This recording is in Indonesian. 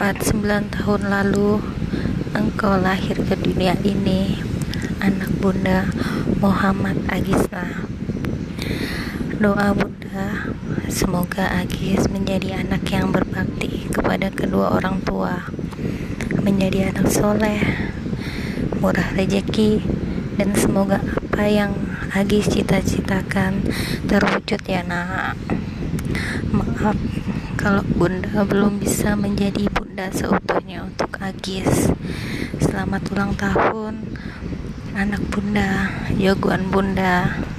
Tepat 9 tahun lalu, engkau lahir ke dunia ini, anak Bunda Muhammad Agisna. Doa Bunda, semoga Agis menjadi anak yang berbakti kepada kedua orang tua, menjadi anak soleh, murah rezeki, dan semoga apa yang Agis cita-citakan terwujud ya nak. Maaf kalau Bunda belum bisa menjadi bunda seutuhnya untuk Agis. Selamat ulang tahun anak Bunda, jagoan Bunda.